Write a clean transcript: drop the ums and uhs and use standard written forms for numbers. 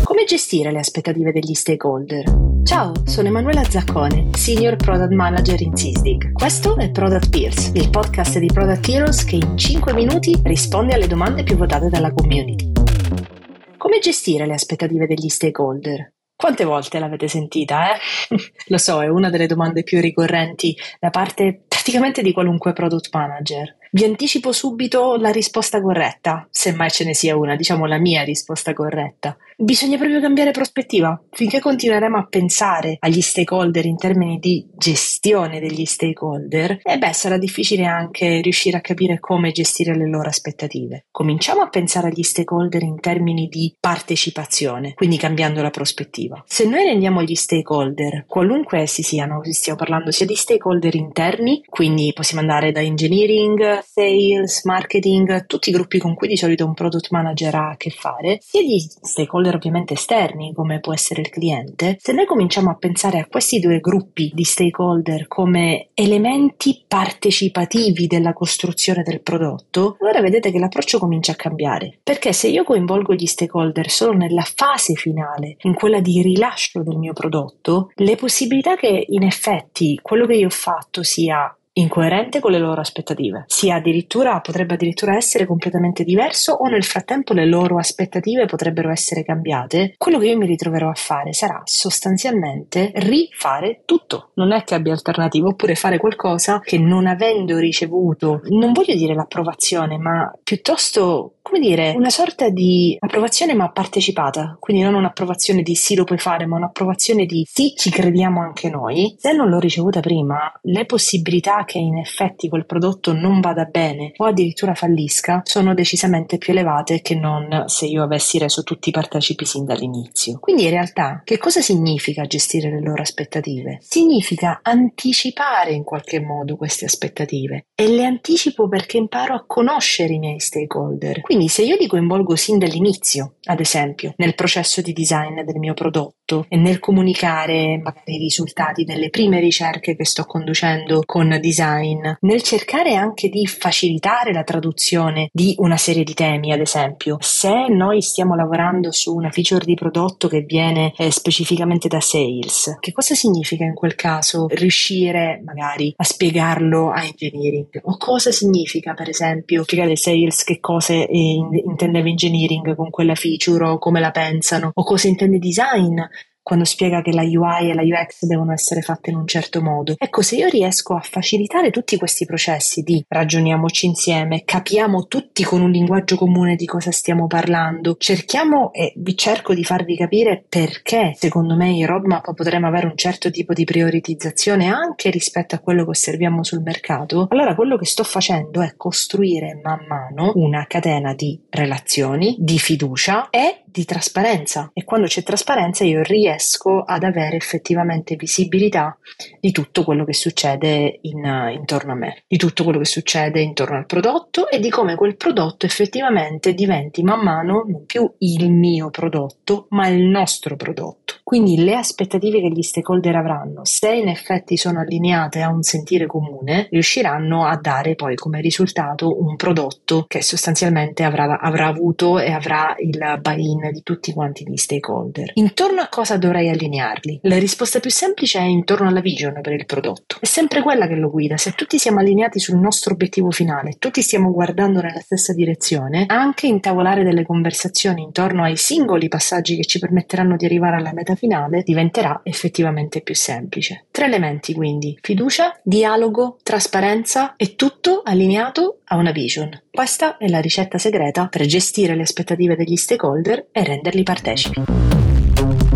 Come gestire le aspettative degli stakeholder? Ciao, sono Emanuela Zaccone, Senior Product Manager in Sysdig. Questo è Product Peers, il podcast di Product Heroes che in 5 minuti risponde alle domande più votate dalla community. Come gestire le aspettative degli stakeholder? Quante volte l'avete sentita, Lo so, è una delle domande più ricorrenti da parte praticamente di qualunque product manager. Vi anticipo subito la risposta corretta, se mai ce ne sia una, diciamo la mia risposta corretta. Bisogna proprio cambiare prospettiva. Finché continueremo a pensare agli stakeholder in termini di gestione degli stakeholder, sarà difficile anche riuscire a capire come gestire le loro aspettative. Cominciamo a pensare agli stakeholder in termini di partecipazione, quindi cambiando la prospettiva. Se noi rendiamo gli stakeholder, qualunque essi siano, stiamo parlando sia di stakeholder interni, quindi possiamo andare da engineering, sales, marketing, tutti i gruppi con cui di solito un product manager ha a che fare, sia di stakeholder ovviamente esterni come può essere il cliente. Se noi cominciamo a pensare a questi due gruppi di stakeholder come elementi partecipativi della costruzione del prodotto, allora vedete che l'approccio comincia a cambiare, perché se io coinvolgo gli stakeholder solo nella fase finale, in quella di rilascio del mio prodotto, le possibilità che in effetti quello che io ho fatto sia incoerente con le loro aspettative, potrebbe addirittura essere completamente diverso o nel frattempo le loro aspettative potrebbero essere cambiate, quello che io mi ritroverò a fare sarà sostanzialmente rifare tutto. Non è che abbia alternativa, oppure fare qualcosa che non avendo ricevuto, non voglio dire l'approvazione, ma piuttosto una sorta di approvazione ma partecipata, quindi non un'approvazione di sì lo puoi fare, ma un'approvazione di sì ci crediamo anche noi. Se non l'ho ricevuta prima, le possibilità che in effetti quel prodotto non vada bene o addirittura fallisca sono decisamente più elevate che non se io avessi reso tutti partecipi sin dall'inizio. Quindi in realtà che cosa significa gestire le loro aspettative? Significa anticipare in qualche modo queste aspettative, e le anticipo perché imparo a conoscere i miei stakeholder. Quindi se io li coinvolgo sin dall'inizio, ad esempio, nel processo di design del mio prodotto e nel comunicare magari i risultati delle prime ricerche che sto conducendo con design, nel cercare anche di facilitare la traduzione di una serie di temi, ad esempio, se noi stiamo lavorando su una feature di prodotto che viene specificamente da sales, che cosa significa in quel caso riuscire magari a spiegarlo a engineering? O cosa significa, per esempio, spiegare sales che cose intendeva engineering con quella feature o come la pensano, o cosa intende design quando spiega che la UI e la UX devono essere fatte in un certo modo. Ecco, se io riesco a facilitare tutti questi processi di ragioniamoci insieme, capiamo tutti con un linguaggio comune di cosa stiamo parlando, cerco di farvi capire perché secondo me in roadmap potremo avere un certo tipo di prioritizzazione anche rispetto a quello che osserviamo sul mercato, allora quello che sto facendo è costruire man mano una catena di relazioni, di fiducia e di trasparenza, e quando c'è trasparenza io riesco ad avere effettivamente visibilità di tutto quello che succede intorno a me, di tutto quello che succede intorno al prodotto e di come quel prodotto effettivamente diventi man mano non più il mio prodotto ma il nostro prodotto. Quindi le aspettative che gli stakeholder avranno, se in effetti sono allineate a un sentire comune, riusciranno a dare poi come risultato un prodotto che sostanzialmente avrà avuto e avrà il buy-in di tutti quanti gli stakeholder. Intorno a cosa dovrei allinearli? La risposta più semplice è intorno alla vision per il prodotto. È sempre quella che lo guida. Se tutti siamo allineati sul nostro obiettivo finale, tutti stiamo guardando nella stessa direzione, anche intavolare delle conversazioni intorno ai singoli passaggi che ci permetteranno di arrivare alla meta finale diventerà effettivamente più semplice. 3 elementi quindi: fiducia, dialogo, trasparenza e tutto allineato a una vision. Questa è la ricetta segreta per gestire le aspettative degli stakeholder e renderli partecipi.